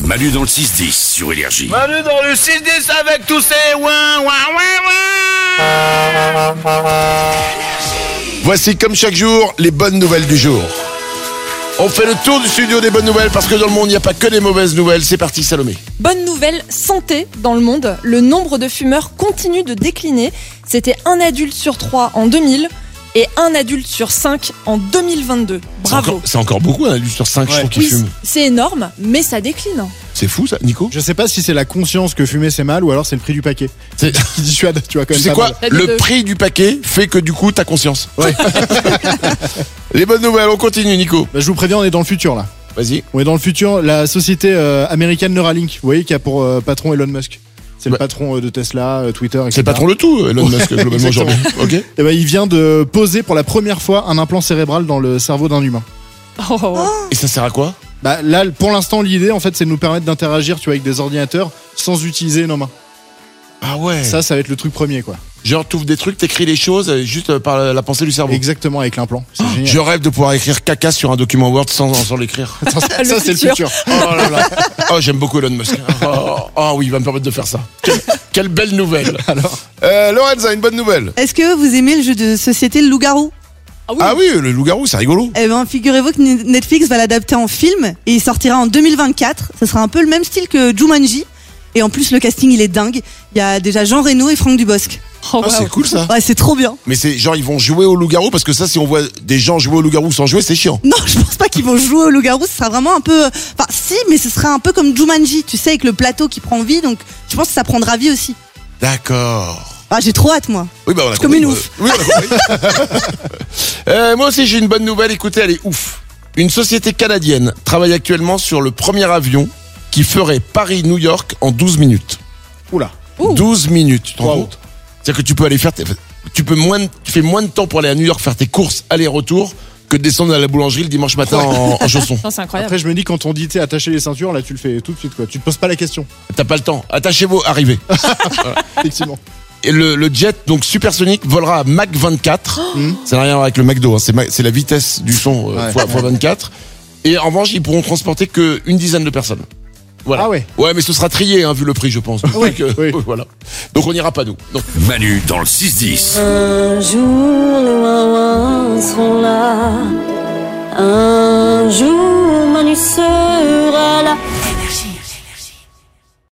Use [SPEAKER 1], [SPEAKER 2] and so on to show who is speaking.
[SPEAKER 1] Manu dans le 6-10 sur Énergie.
[SPEAKER 2] Manu dans le 6-10 avec tous ces ouin.
[SPEAKER 3] Voici comme chaque jour les bonnes nouvelles du jour. On fait le tour du studio des bonnes nouvelles parce que dans le monde il n'y a pas que des mauvaises nouvelles. C'est parti Salomé.
[SPEAKER 4] Bonne nouvelle santé dans le monde. Le nombre de fumeurs continue de décliner. C'était 1 adulte sur 3 en 2000 et 1 adulte sur 5 en 2022. Bravo.
[SPEAKER 3] C'est encore beaucoup, un adulte sur 5 je trouve qui fume.
[SPEAKER 4] C'est énorme, mais ça décline.
[SPEAKER 3] C'est fou ça, Nico.
[SPEAKER 5] Je sais pas si c'est la conscience que fumer c'est mal ou alors c'est le prix du paquet.
[SPEAKER 3] C'est...
[SPEAKER 5] Qui dissuade, tu vois, quand
[SPEAKER 3] Tu
[SPEAKER 5] même.
[SPEAKER 3] sais
[SPEAKER 5] pas
[SPEAKER 3] quoi
[SPEAKER 5] mal.
[SPEAKER 3] Le prix du paquet fait que du coup t'as conscience.
[SPEAKER 5] Ouais.
[SPEAKER 3] Les bonnes nouvelles, on continue Nico.
[SPEAKER 5] Bah, je vous préviens, on est dans le futur là.
[SPEAKER 3] Vas-y.
[SPEAKER 5] On est dans le futur. La société américaine Neuralink, vous voyez, qui a pour patron Elon Musk. C'est le patron de Tesla, Twitter, etc.
[SPEAKER 3] C'est le patron de tout, Elon Musk, globalement aujourd'hui. Ok.
[SPEAKER 5] Et ben, il vient de poser pour la première fois un implant cérébral dans le cerveau d'un humain.
[SPEAKER 3] Et ça sert à quoi?
[SPEAKER 5] Bah là, pour l'instant, l'idée en fait, c'est de nous permettre d'interagir, tu vois, avec des ordinateurs sans utiliser nos mains.
[SPEAKER 3] Ah ouais.
[SPEAKER 5] Ça va être le truc premier, quoi.
[SPEAKER 3] Genre t'ouvres des trucs, t'écris les choses juste par la pensée du cerveau.
[SPEAKER 5] Exactement, avec l'implant. C'est génial.
[SPEAKER 3] Je rêve de pouvoir écrire caca sur un document Word sans l'écrire.
[SPEAKER 5] Ça, c'est le futur.
[SPEAKER 3] Oh là là. Oh, j'aime beaucoup Elon Musk. Oh oui, il va me permettre de faire ça. Quelle belle nouvelle. Alors, Lorenza, une bonne nouvelle.
[SPEAKER 6] Est-ce que vous aimez le jeu de société Le Loup-Garou ?
[SPEAKER 3] Ah oui, le loup-garou, c'est rigolo.
[SPEAKER 6] Eh ben, figurez-vous que Netflix va l'adapter en film et il sortira en 2024. Ça sera un peu le même style que Jumanji. Et en plus, le casting, il est dingue. Il y a déjà Jean Reno et Franck Dubosc.
[SPEAKER 3] C'est cool ça.
[SPEAKER 6] Ouais, c'est trop bien.
[SPEAKER 3] Mais c'est genre ils vont jouer au loup-garou parce que ça, si on voit des gens jouer au loup-garou sans jouer, c'est chiant.
[SPEAKER 6] Non, je pense pas qu'ils vont jouer au Loup-Garou. Ce sera vraiment un peu... Enfin, si, mais ce sera un peu comme Jumanji. Tu sais, avec le plateau qui prend vie. Donc, je pense que ça prendra vie aussi.
[SPEAKER 3] D'accord.
[SPEAKER 6] Ah, j'ai trop hâte, moi.
[SPEAKER 3] Oui, bah on a
[SPEAKER 6] Comme
[SPEAKER 3] compris.
[SPEAKER 6] une ouf.
[SPEAKER 3] Oui, on a compris. Moi aussi, j'ai une bonne nouvelle. Écoutez, elle est ouf. Une société canadienne travaille actuellement sur le premier avion qui ferait Paris-New York en 12 minutes.
[SPEAKER 5] Oula.
[SPEAKER 3] 12 minutes, tu te rends
[SPEAKER 5] Wow.
[SPEAKER 3] compte? C'est-à-dire que tu peux aller faire tu fais moins de temps pour aller à New York faire tes courses aller-retour que de descendre à la boulangerie le dimanche matin en chaussons.
[SPEAKER 4] Non, c'est incroyable.
[SPEAKER 5] Après, je me dis, quand on dit, tu sais, attacher les ceintures, là, tu le fais tout de suite, quoi. Tu te poses pas la question.
[SPEAKER 3] T'as pas le temps. Attachez-vous, arrivez.
[SPEAKER 5] Effectivement.
[SPEAKER 3] Et le jet donc supersonique volera à Mach 24. Ça n'a rien à voir avec le McDo, hein. C'est la vitesse du son fois 24. Et en revanche, ils pourront transporter qu'une dizaine de personnes. Voilà.
[SPEAKER 5] Ah ouais.
[SPEAKER 3] Ouais, mais ce sera trié, hein, vu le prix, je pense.
[SPEAKER 5] Oui,
[SPEAKER 3] Donc,
[SPEAKER 5] oui.
[SPEAKER 3] voilà. Donc on n'ira pas nous. Donc,
[SPEAKER 1] Manu dans le 6-10.
[SPEAKER 7] Un jour les Wawas seront là. Un jour Manu sera là.